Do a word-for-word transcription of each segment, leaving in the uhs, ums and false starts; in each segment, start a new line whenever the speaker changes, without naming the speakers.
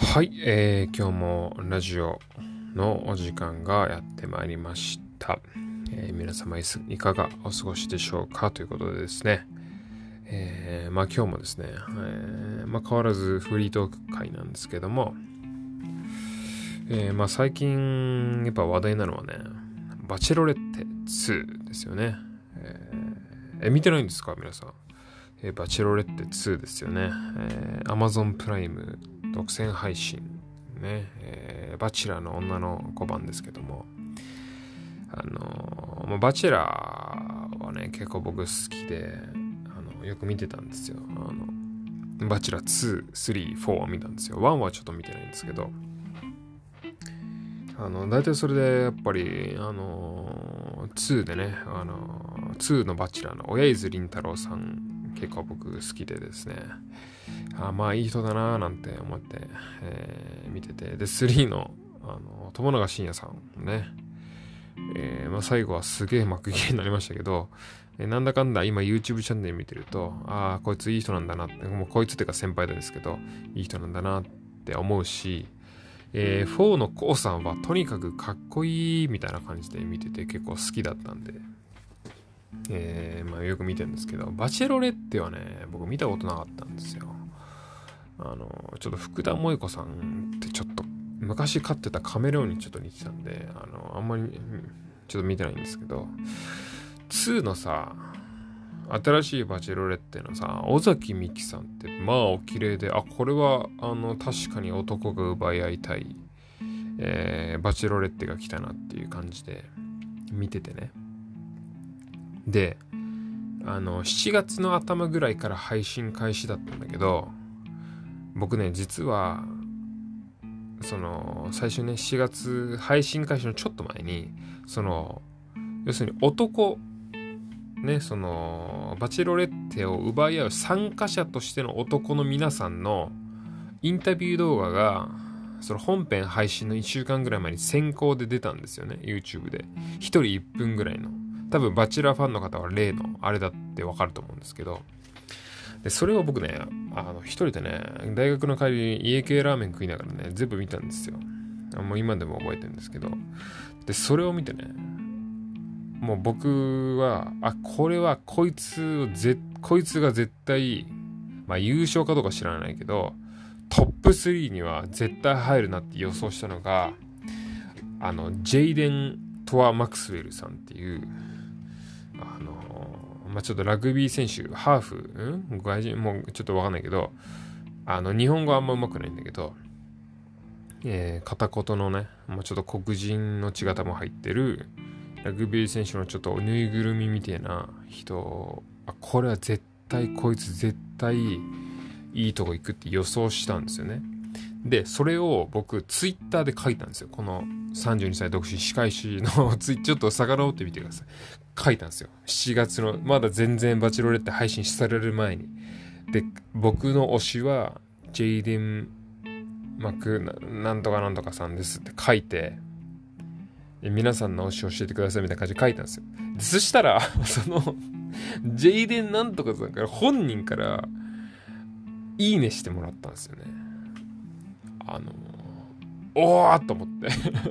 はい、えー、今日もラジオのお時間がやってまいりました。えー、皆様いかがお過ごしでしょうかということでですね、えー、まあ今日もですね、えー、まあ変わらずフリートーク会なんですけども、えー、まあ最近やっぱ話題なのはね、バチェロレッテツーですよね。えー、え見てないんですか皆さん。えー、バチェロレッテツーですよね。えー、Amazon プライム独占配信ね、えー、バチェラーの女のごばんですけども、あのー、バチェラーはね結構僕好きで、あのよく見てたんですよ。あのバチェラーツー、スリー、フォーは見たんですよ。ワンはちょっと見てないんですけど、あの大体それでやっぱりあのー、ツーでね、あのー、ツーのバチェラーの親伊豆凛太郎さん結構僕好きでですね、あまあいい人だなーなんて思って、えー、見てて、でスリーのあの友永信也さんね、えーまあ、最後はすげえ幕切れになりましたけど、えー、なんだかんだ今 YouTube チャンネル見てると、ああこいついい人なんだなって、もうこいつっていうか先輩なんですけどいい人なんだなって思うし、えー、フォーのコウさんはとにかくかっこいいみたいな感じで見てて結構好きだったんで、えーまあ、よく見てるんですけど、バチェロレッテはね僕見たことなかったんですよ。あのちょっと福田萌子さんってちょっと昔飼ってたカメレオンにちょっと似てたんで、あのあんまりちょっと見てないんですけど、ツーのさ新しいバチェロレッテのさ尾崎美紀さんってまあお綺麗で、あこれはあの確かに男が奪い合いたい、えー、バチェロレッテが来たなっていう感じで見ててね。であのしちがつの頭ぐらいから配信開始だったんだけど、僕ね実はその最初ねしちがつ配信開始のちょっと前に、その要するに男ね、そのバチェロレッテを奪い合う参加者としての男の皆さんのインタビュー動画がその本編配信のいっしゅうかんぐらい前に先行で出たんですよね。 YouTube でひとりいっぷんぐらいの、多分バチェラーファンの方は例のあれだってわかると思うんですけど、でそれを僕ねあの一人でね大学の帰りに家系ラーメン食いながらね全部見たんですよ。もう今でも覚えてるんですけど、でそれを見てねもう僕はあこれはこいつをぜこいつが絶対まあ優勝かどうか知らないけどトップスリーには絶対入るなって予想したのが、あのジェイデン・トア・マクスウェルさんっていうあのまあちょっとラグビー選手ハーフん外人もうちょっとわかんないけど、あの日本語あんま上手くないんだけど、えー、片言のねもうちょっと黒人の血型も入ってるラグビー選手のちょっとぬいぐるみみたいな人、あこれは絶対こいつ絶対いいとこ行くって予想したんですよね。でそれを僕ツイッターで書いたんですよ。このさんじゅうにさい独身歯科医師のツイちょっと遡ってみてください。書いたんですよ。しちがつのまだ全然バチェロレッテ配信される前に。で僕の推しはジェイデンマク な, なんとかなんとかさんですって書いて、皆さんの推し教えてくださいみたいな感じで書いたんですよ。でそしたらそのジェイデンなんとかさんから本人からいいねしてもらったんですよね。あのおーっと思って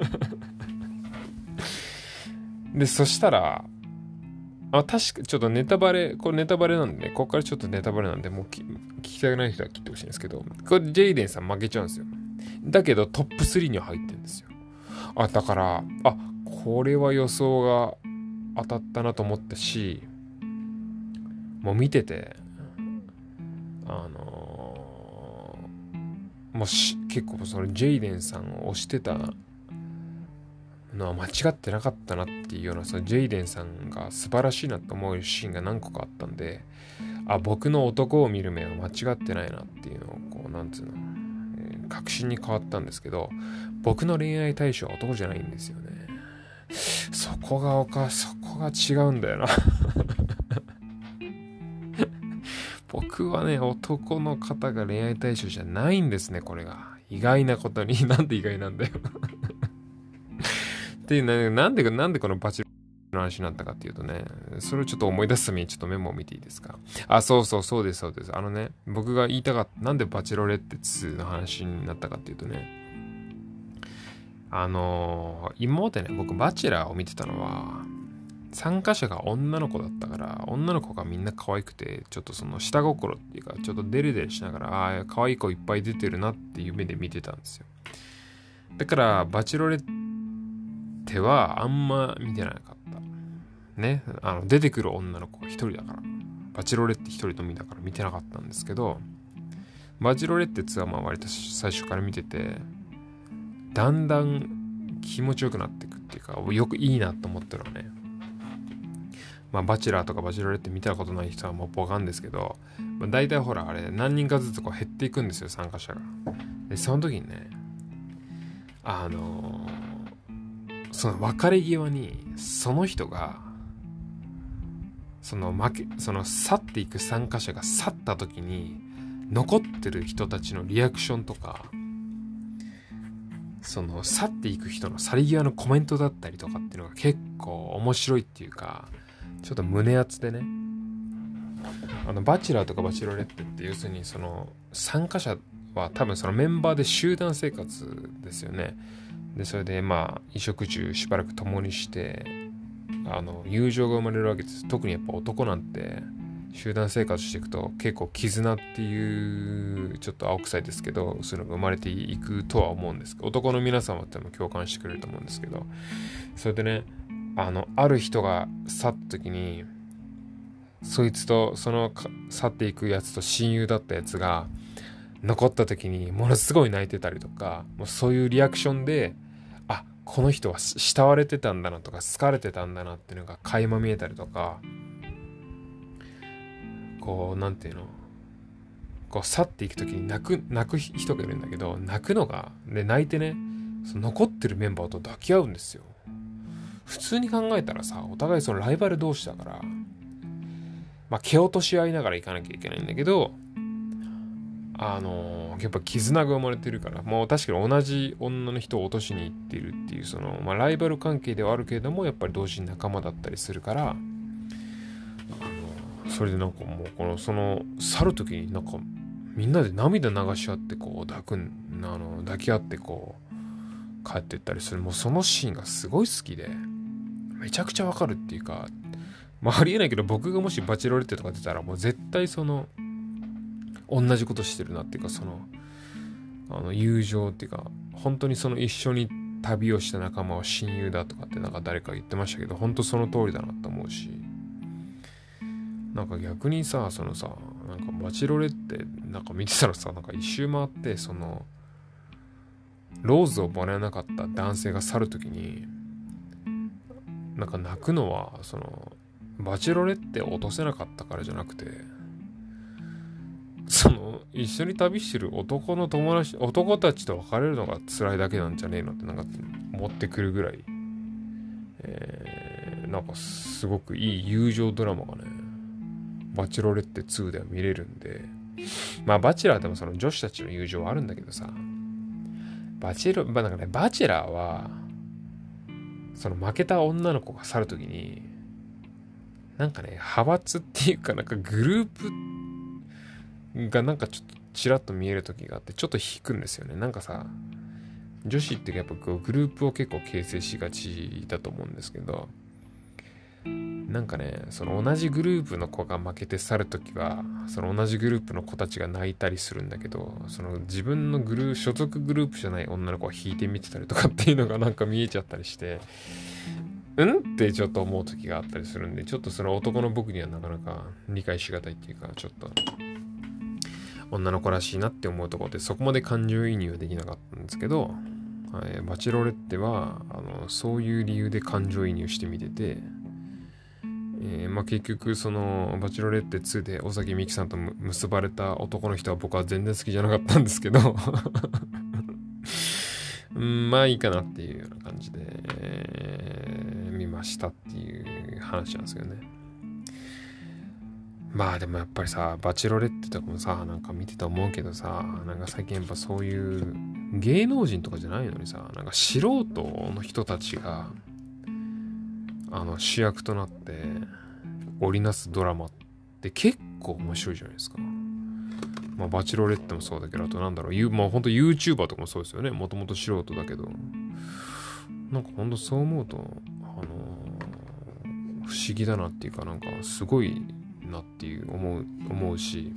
でそしたらあ確かちょっとネタバレこれネタバレなんでね、ここからちょっとネタバレなんでもう聞きたくない人は切ってほしいんですけど、これジェイデンさん負けちゃうんですよ。だけどトップスリーには入ってるんですよ。あだからあこれは予想が当たったなと思ったし、もう見ててあのー、もうし結構そのジェイデンさんを推してたのは間違ってなかったなっていうような、そのジェイデンさんが素晴らしいなと思うシーンが何個かあったんで、あ僕の男を見る目は間違ってないなっていうのをこうなんつうの、えー、確信に変わったんですけど、僕の恋愛対象は男じゃないんですよね。そこがおかそこが違うんだよな僕はね男の方が恋愛対象じゃないんですね。これが意外なことになんで意外なんだよっていうな、なんでなんでこのバチの話になったかっていうとね、それをちょっと思い出すためにちょっとメモを見ていいですか。あ、そうそうそうですそうです。あのね、僕が言いたかった、なんでバチェロレッテツーの話になったかっていうとね、あのー、今までね、僕バチェラーを見てたのは、参加者が女の子だったから、女の子がみんな可愛くて、ちょっとその下心っていうか、ちょっとデレデレしながら、ああ、可愛い子いっぱい出てるなっていう目で見てたんですよ。だから、バチェロレッテはあんま見てなかった。ね、あの、出てくる女の子が一人だから、バチェロレッテ一人のみだから見てなかったんですけど、バチェロレッテツーはまあ割と最初から見てて、だんだん気持ちよくなっていくっていうか、よくいいなと思ったのはね、まあ、バチェラーとかバチェロレッテ見たことない人はもうわかんですけど、まあ、大体ほらあれ何人かずつこう減っていくんですよ、参加者が。でその時にね、あのー、その別れ際にその人がその負けその去っていく参加者が去った時に残ってる人たちのリアクションとか、その去っていく人の去り際のコメントだったりとかっていうのが結構面白いっていうか、ちょっと胸熱でね、あのバチェラーとかバチェロレッテって要するにその参加者は多分そのメンバーで集団生活ですよね。でそれでまあ衣食住しばらく共にしてあの友情が生まれるわけです。特にやっぱ男なんて集団生活していくと結構絆っていうちょっと青臭いですけど、そういうのが生まれていくとは思うんですけど、男の皆様っても共感してくれると思うんですけど、それでね、あのある人が去った時にそいつとその去っていくやつと親友だったやつが残った時にものすごい泣いてたりとか、もうそういうリアクションで、あ、この人は慕われてたんだなとか好かれてたんだなっていうのが垣間見えたりとか、こうなんていうの、こう去っていく時に泣く泣く人がいるんだけど、泣くのがで泣いてね、その残ってるメンバーと抱き合うんですよ。普通に考えたらさ、お互いそのライバル同士だから、まあ蹴落とし合いながら行かなきゃいけないんだけど、あのー、やっぱ絆が生まれてるから、もう確かに同じ女の人を落としに行っているっていう、その、まあ、ライバル関係ではあるけれども、やっぱり同時に仲間だったりするから、あのー、それでなんかもうこのその去る時になんかみんなで涙流し合ってこう抱くんあの抱き合ってこう帰っていったりする、もうそのシーンがすごい好きで、めちゃくちゃわかるっていうか、まあありえないけど、僕がもしバチェロレッテとか出たらもう絶対その同じことしてるなっていうか、そのあの友情っていうか、本当にその一緒に旅をした仲間は親友だとかってなんか誰か言ってましたけど、本当その通りだなと思うし、なんか逆にさ、そのさ、なんかバチェロレってなんか見てたらさ、なんか一周回ってそのローズをもらえなかった男性が去るときになんか泣くのは、そのバチェロレって落とせなかったからじゃなくて、その一緒に旅してる男の友達男たちと別れるのが辛いだけなんじゃねえのってなんか持ってくるぐらい、えー、なんかすごくいい友情ドラマがね、バチェロレッテツーでは見れるんで、まあバチェラーでもその女子たちの友情はあるんだけどさ、バチェロまあなんかね、バチェラーはその負けた女の子が去るときになんかね、派閥っていうかなんかグループがなんかちょっとチラッと見える時があって、ちょっと引くんですよね。なんかさ、女子ってやっぱこうグループを結構形成しがちだと思うんですけど、なんかね、その同じグループの子が負けて去るときは、その同じグループの子たちが泣いたりするんだけど、その自分のグループ、所属グループじゃない女の子は引いて見てたりとかっていうのがなんか見えちゃったりして、うんってちょっと思う時があったりするんで、ちょっとその男の僕にはなかなか理解しがたいっていうか、ちょっと女の子らしいなって思うところで、そこまで感情移入はできなかったんですけど、はい、バチェロレッテはあのそういう理由で感情移入してみてて、えーまあ、結局そのバチェロレッテツーで尾崎美紀さんと結ばれた男の人は僕は全然好きじゃなかったんですけどうん、まあいいかなっていうような感じで、えー、見ましたっていう話なんですよね。まあでもやっぱりさ、バチェロレッテとかもさ、なんか見てて思うけどさ、なんか最近やっぱそういう芸能人とかじゃないのにさ、なんか素人の人たちがあの主役となって織りなすドラマって結構面白いじゃないですか。まあバチロレッテもそうだけど、あとなんだろう、まあ本当 YouTuber とかもそうですよね。もともと素人だけど、なんか本当そう思うと、あのー、不思議だなっていうか、なんかすごいなっていう思う思うし、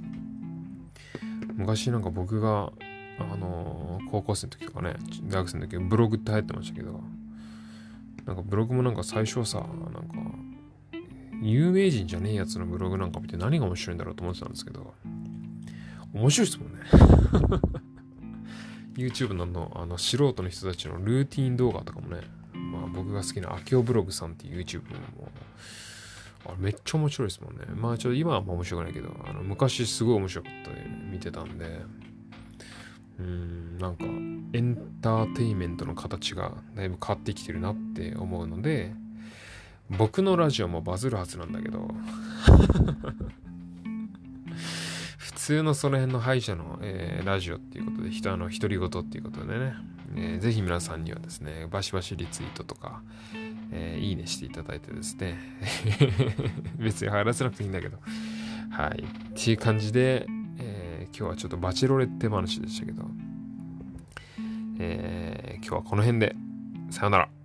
昔なんか僕があのー、高校生の時とかね、大学生の時ブログって流行ってましたけど、なんかブログもなんか最初はさ、なんか有名人じゃねえやつのブログなんか見て何が面白いんだろうと思ってたんですけど、面白いですもんね。YouTube のあの、あの素人の人たちのルーティン動画とかもね、まあ僕が好きなアキオブログさんっていう YouTube も、あれめっちゃ面白いですもんね。まあちょっと今は面白くないけど、あの昔すごい面白かったで見てたんで、うーん、なんかエンターテインメントの形がだいぶ変わってきてるなって思うので、僕のラジオもバズるはずなんだけど普通のその辺の歯医者の、えーラジオっていうことで人の独り言っていうことでね、えーぜひ皆さんにはですねバシバシリツイートとか、えーいいねしていただいてですね別に入らせなくていいんだけど、はいっていう感じで、えー今日はちょっとバチェロレッテ話でしたけど、えー今日はこの辺でさよなら。